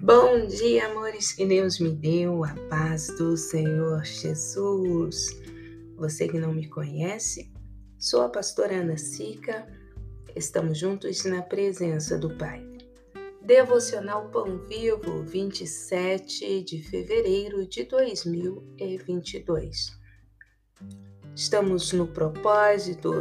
Bom dia, amores, que Deus me deu, a paz do Senhor Jesus. Você que não me conhece, sou a pastora Ana Sica, estamos juntos na presença do Pai. Devocional Pão Vivo, 27 de fevereiro de 2022. Estamos no propósito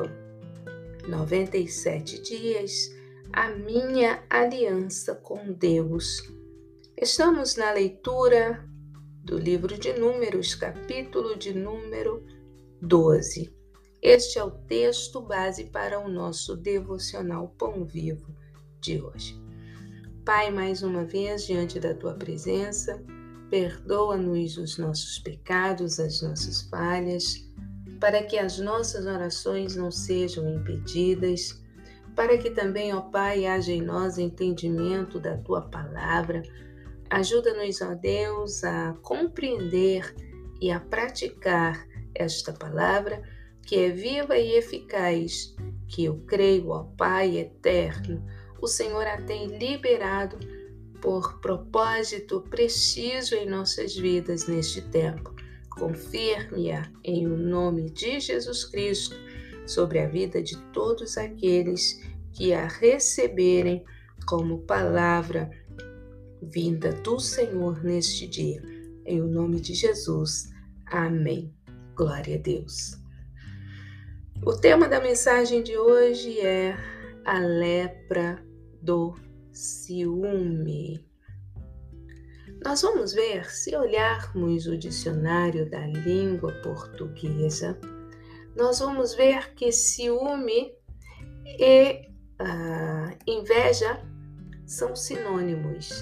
97 dias, a minha aliança com Deus. Estamos na leitura do livro de Números, capítulo de número 12. Este é o texto base para o nosso devocional Pão Vivo de hoje. Pai, mais uma vez, diante da Tua presença, perdoa-nos os nossos pecados, as nossas falhas, para que as nossas orações não sejam impedidas, para que também, ó Pai, haja em nós entendimento da Tua palavra. Ajuda-nos, ó Deus, a compreender e a praticar esta palavra que é viva e eficaz, que eu creio, ó Pai eterno, o Senhor a tem liberado por propósito preciso em nossas vidas neste tempo. Confirme-a em o nome de Jesus Cristo sobre a vida de todos aqueles que a receberem como palavra vinda do Senhor neste dia. Em o nome de Jesus. Amém. Glória a Deus. O tema da mensagem de hoje é a lepra do ciúme. Nós vamos ver, se olharmos o dicionário da língua portuguesa, nós vamos ver que ciúme e inveja são sinônimos.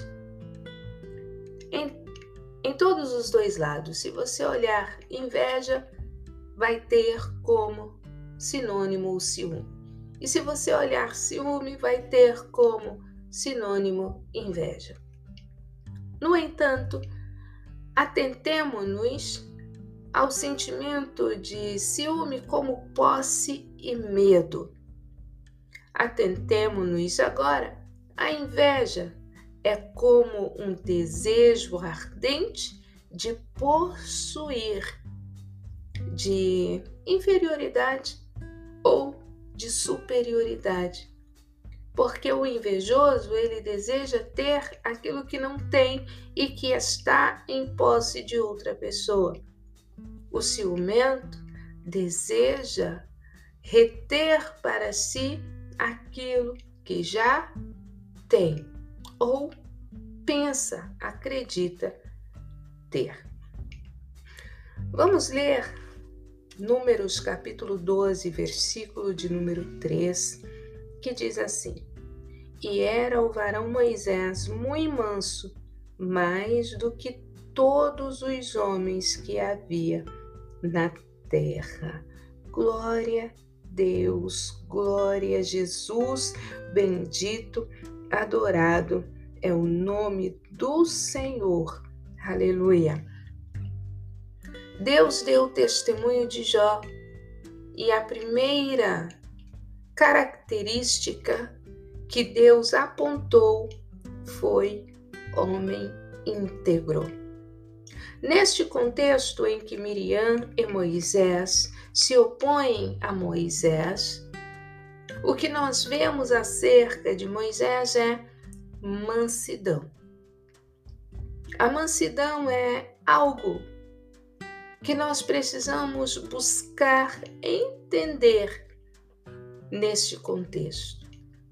Em todos os dois lados, se você olhar inveja, vai ter como sinônimo o ciúme. E se você olhar ciúme, vai ter como sinônimo inveja. No entanto, atentemo-nos ao sentimento de ciúme como posse e medo. Atentemo-nos agora à inveja. É como um desejo ardente de possuir, de inferioridade ou de superioridade. Porque o invejoso, ele deseja ter aquilo que não tem e que está em posse de outra pessoa. O ciumento deseja reter para si aquilo que já tem ou pensa, acredita ter. Vamos ler Números capítulo 12, versículo de número 3, que diz assim: E era o varão Moisés muito manso, mais do que todos os homens que havia na terra. Glória a Deus, glória a Jesus, bendito, adorado é o nome do Senhor. Aleluia. Deus deu testemunho de Jó e a primeira característica que Deus apontou foi homem íntegro. Neste contexto em que Miriam e Moisés se opõem a Moisés, o que nós vemos acerca de Moisés é mansidão. A mansidão é algo que nós precisamos buscar entender neste contexto.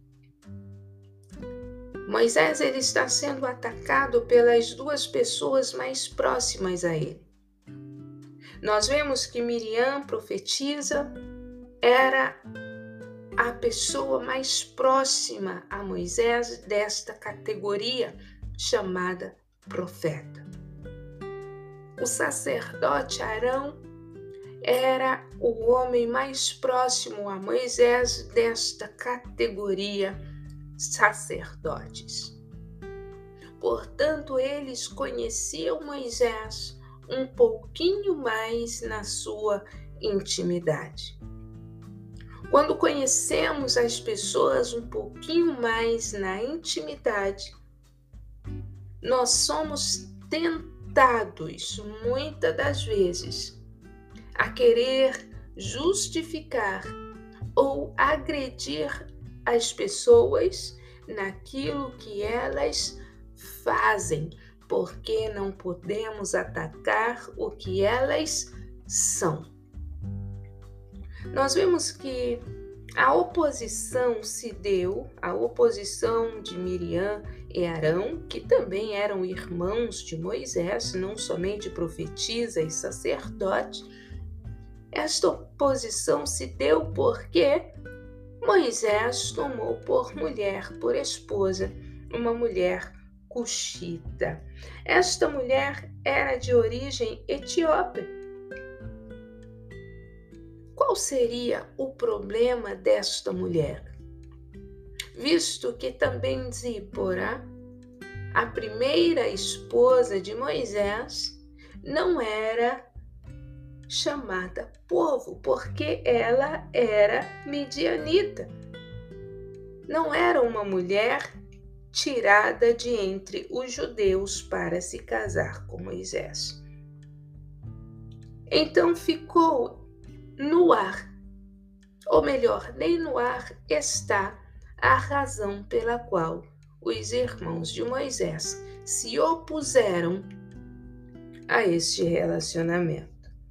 Moisés, ele está sendo atacado pelas duas pessoas mais próximas a ele. Nós vemos que Miriam, profetisa, era a pessoa mais próxima a Moisés desta categoria chamada profeta. O sacerdote Arão era o homem mais próximo a Moisés desta categoria sacerdotes. Portanto, eles conheciam Moisés um pouquinho mais na sua intimidade. Quando conhecemos as pessoas um pouquinho mais na intimidade, nós somos tentados, muitas das vezes, a querer justificar ou agredir as pessoas naquilo que elas fazem, porque não podemos atacar o que elas são. Nós vemos que a oposição se deu, a oposição de Miriam e Arão, que também eram irmãos de Moisés, não somente profetisa e sacerdote. Esta oposição se deu porque Moisés tomou por mulher, por esposa, uma mulher cuxita. Esta mulher era de origem etíope. Qual seria o problema desta mulher? Visto que também Zípora, a primeira esposa de Moisés, não era chamada povo, porque ela era midianita. Não era uma mulher tirada de entre os judeus para se casar com Moisés. Então ficou no ar, ou melhor, nem no ar está a razão pela qual os irmãos de Moisés se opuseram a este relacionamento.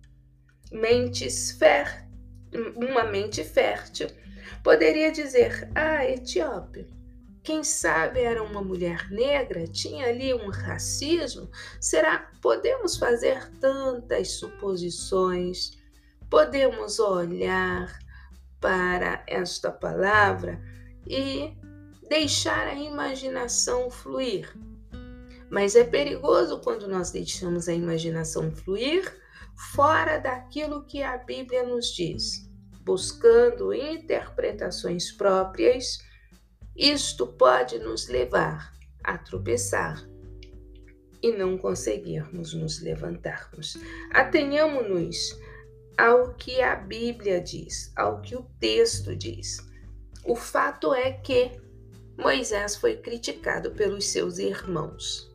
Uma mente fértil poderia dizer: etíope, quem sabe era uma mulher negra, tinha ali um racismo? Será? Podemos fazer tantas suposições, podemos olhar para esta palavra e deixar a imaginação fluir. Mas é perigoso quando nós deixamos a imaginação fluir fora daquilo que a Bíblia nos diz, buscando interpretações próprias. Isto pode nos levar a tropeçar e não conseguirmos nos levantarmos. Atenhamo-nos ao que a Bíblia diz, ao que o texto diz. O fato é que Moisés foi criticado pelos seus irmãos.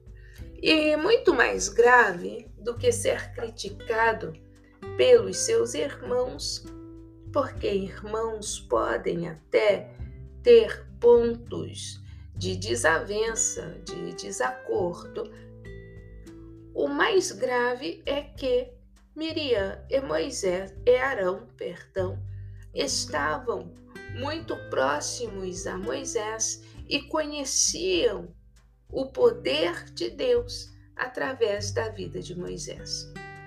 E muito mais grave do que ser criticado pelos seus irmãos, porque irmãos podem até ter pontos de desavença, de desacordo. O mais grave é que Miriam e Arão, estavam muito próximos a Moisés e conheciam o poder de Deus através da vida de Moisés.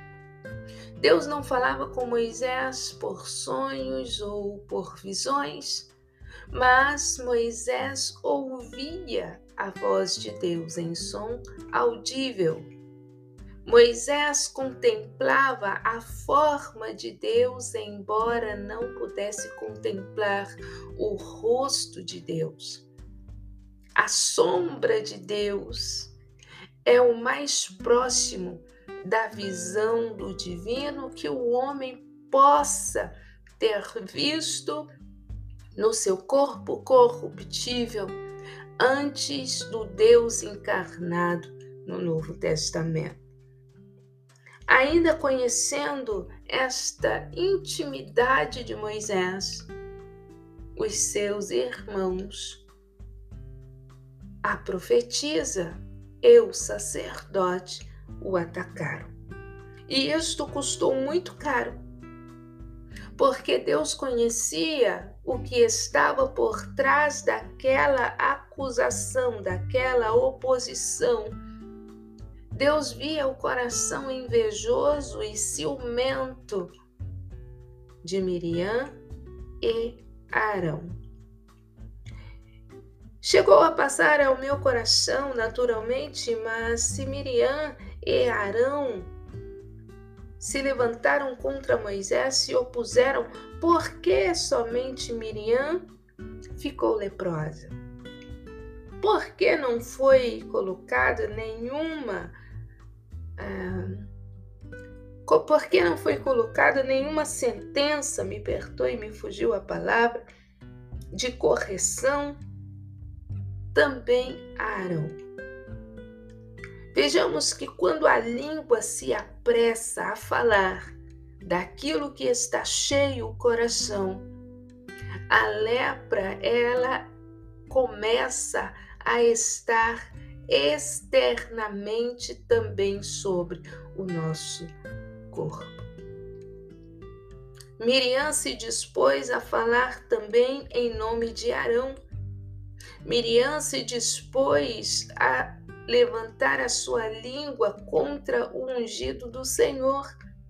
Deus não falava com Moisés por sonhos ou por visões, mas Moisés ouvia a voz de Deus em som audível. Moisés contemplava a forma de Deus, embora não pudesse contemplar o rosto de Deus. A sombra de Deus é o mais próximo da visão do divino que o homem possa ter visto no seu corpo corruptível antes do Deus encarnado no Novo Testamento. Ainda conhecendo esta intimidade de Moisés, os seus irmãos, a profetisa e o sacerdote o atacaram. E isto custou muito caro, porque Deus conhecia o que estava por trás daquela acusação, daquela oposição. Deus via o coração invejoso e ciumento de Miriam e Arão. Chegou a passar ao meu coração naturalmente, mas se Miriam e Arão se levantaram contra Moisés, se opuseram, por que somente Miriam ficou leprosa? Por que não foi colocada nenhuma sentença, me perdoe, me fugiu a palavra, de correção também a Arão? Vejamos que quando a língua se apressa a falar daquilo que está cheio o coração, a lepra, ela começa a estar externamente também sobre o nosso corpo. Miriam se dispôs a falar também em nome de Arão. Miriam se dispôs a levantar a sua língua contra o ungido do Senhor.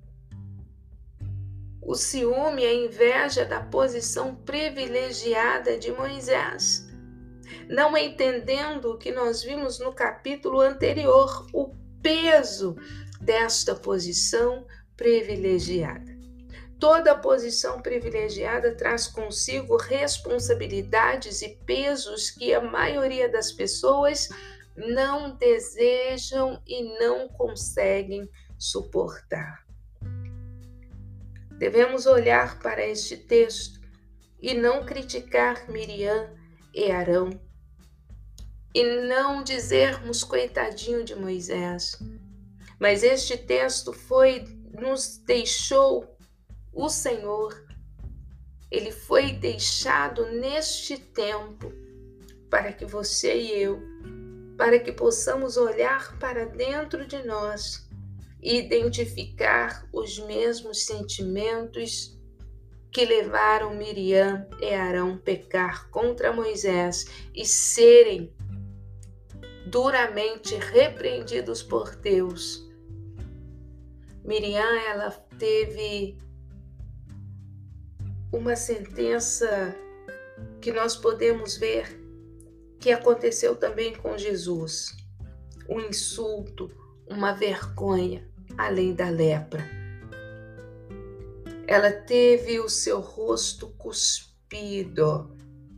O ciúme, a inveja da posição privilegiada de Moisés, não entendendo o que nós vimos no capítulo anterior, o peso desta posição privilegiada. Toda posição privilegiada traz consigo responsabilidades e pesos que a maioria das pessoas não desejam e não conseguem suportar. Devemos olhar para este texto e não criticar Miriam e Arão, e não dizermos coitadinho de Moisés, mas este texto nos deixou o Senhor, ele foi deixado neste tempo para que você e eu, para que possamos olhar para dentro de nós e identificar os mesmos sentimentos que levaram Miriam e Arão a pecar contra Moisés e serem duramente repreendidos por Deus. Miriam, ela teve uma sentença que nós podemos ver que aconteceu também com Jesus. Um insulto, uma vergonha, além da lepra. Ela teve o seu rosto cuspido,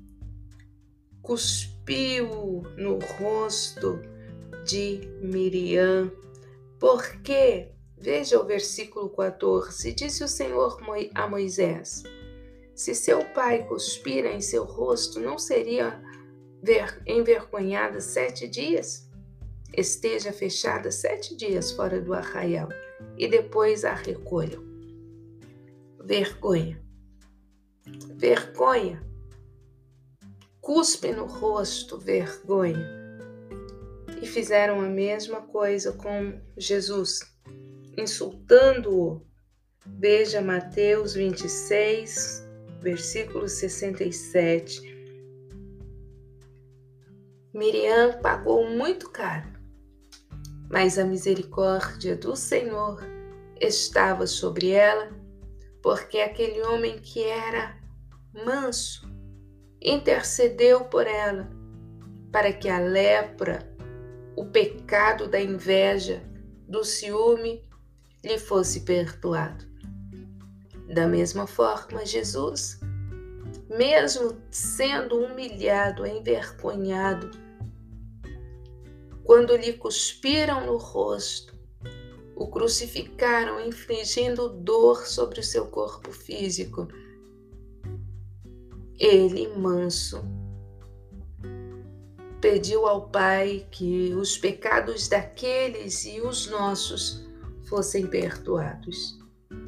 cuspiu no rosto de Miriam. Porque, veja o versículo 14, disse o Senhor a Moisés: se seu pai cuspira em seu rosto, não seria envergonhada 7 dias? Esteja fechada 7 dias fora do arraial e depois a recolham. Vergonha. Vergonha. Cuspe no rosto, vergonha. E fizeram a mesma coisa com Jesus, insultando-o. Veja Mateus 26, versículo 67. Miriam pagou muito caro, mas a misericórdia do Senhor estava sobre ela, porque aquele homem que era manso intercedeu por ela, para que a lepra, o pecado da inveja, do ciúme, lhe fosse perdoado. Da mesma forma, Jesus, mesmo sendo humilhado, envergonhado, quando lhe cuspiram no rosto, o crucificaram, infligindo dor sobre o seu corpo físico, ele, manso, pediu ao Pai que os pecados daqueles e os nossos fossem perdoados.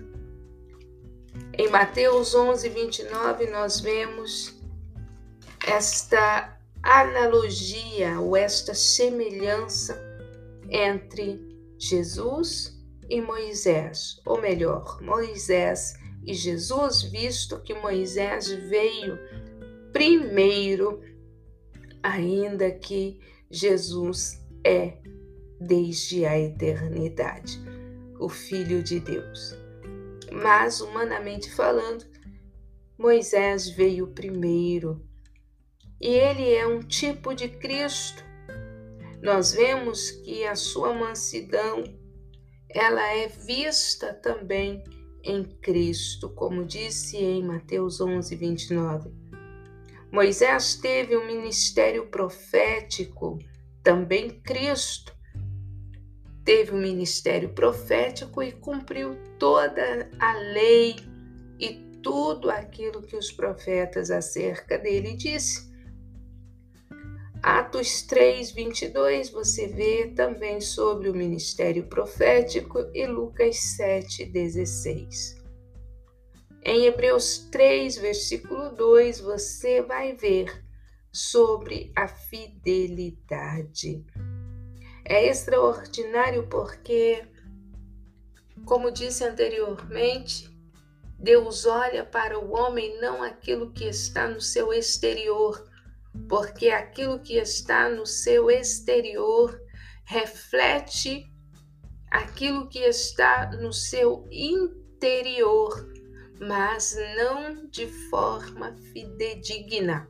Em Mateus 11, 29, nós vemos esta analogia ou esta semelhança entre Jesus e Moisés, ou melhor, Moisés e Jesus, visto que Moisés veio primeiro, ainda que Jesus é desde a eternidade, o Filho de Deus. Mas, humanamente falando, Moisés veio primeiro e ele é um tipo de Cristo. Nós vemos que a sua mansidão, ela é vista também em Cristo, como disse em Mateus 11, 29. Moisés teve um ministério profético, também Cristo teve um ministério profético e cumpriu toda a lei e tudo aquilo que os profetas acerca dele disse. Atos 3, 22, você vê também sobre o ministério profético, e Lucas 7, 16. Em Hebreus 3, versículo 2, você vai ver sobre a fidelidade. É extraordinário porque, como disse anteriormente, Deus olha para o homem não aquilo que está no seu exterior, porque aquilo que está no seu exterior reflete aquilo que está no seu interior, mas não de forma fidedigna.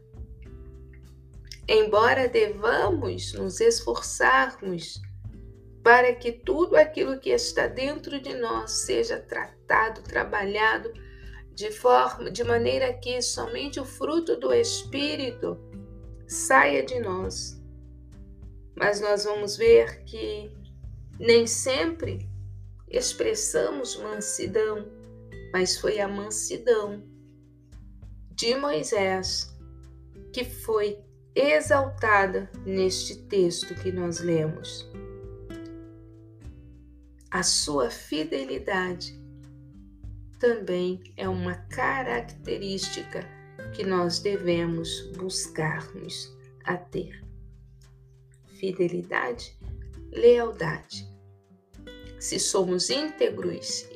Embora devamos nos esforçarmos para que tudo aquilo que está dentro de nós seja tratado, trabalhado de maneira que somente o fruto do Espírito saia de nós. Mas nós vamos ver que nem sempre expressamos mansidão, mas foi a mansidão de Moisés que foi exaltada neste texto que nós lemos. A sua fidelidade também é uma característica que nós devemos buscarmos a ter. Fidelidade, lealdade. Se somos íntegras,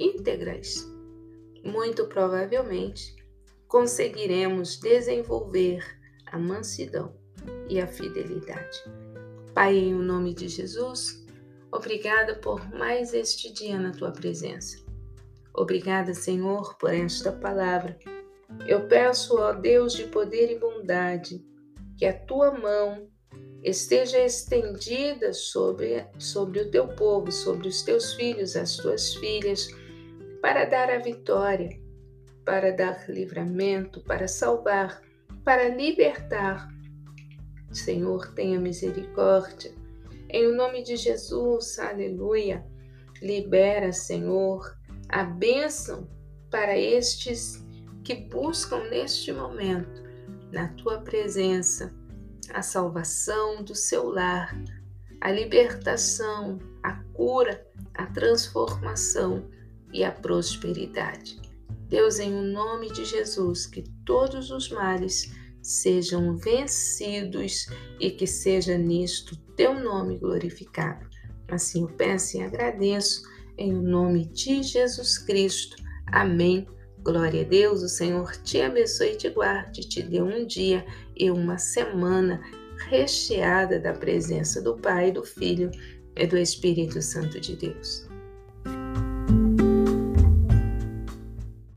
muito provavelmente conseguiremos desenvolver a mansidão e a fidelidade. Pai, em nome de Jesus, obrigada por mais este dia na tua presença. Obrigada, Senhor, por esta palavra. Eu peço, ó Deus de poder e bondade, que a tua mão esteja estendida sobre o teu povo, sobre os teus filhos, as tuas filhas, para dar a vitória, para dar livramento, para salvar, para libertar. Senhor, tenha misericórdia. Em nome de Jesus, aleluia. Libera, Senhor, a bênção para estes que buscam neste momento, na tua presença, a salvação do seu lar, a libertação, a cura, a transformação e a prosperidade. Deus, em nome de Jesus, que todos os males sejam vencidos e que seja nisto teu nome glorificado. Assim eu peço e agradeço em nome de Jesus Cristo. Amém. Glória a Deus, o Senhor te abençoe e te guarde, te dê um dia e uma semana recheada da presença do Pai, do Filho e do Espírito Santo de Deus.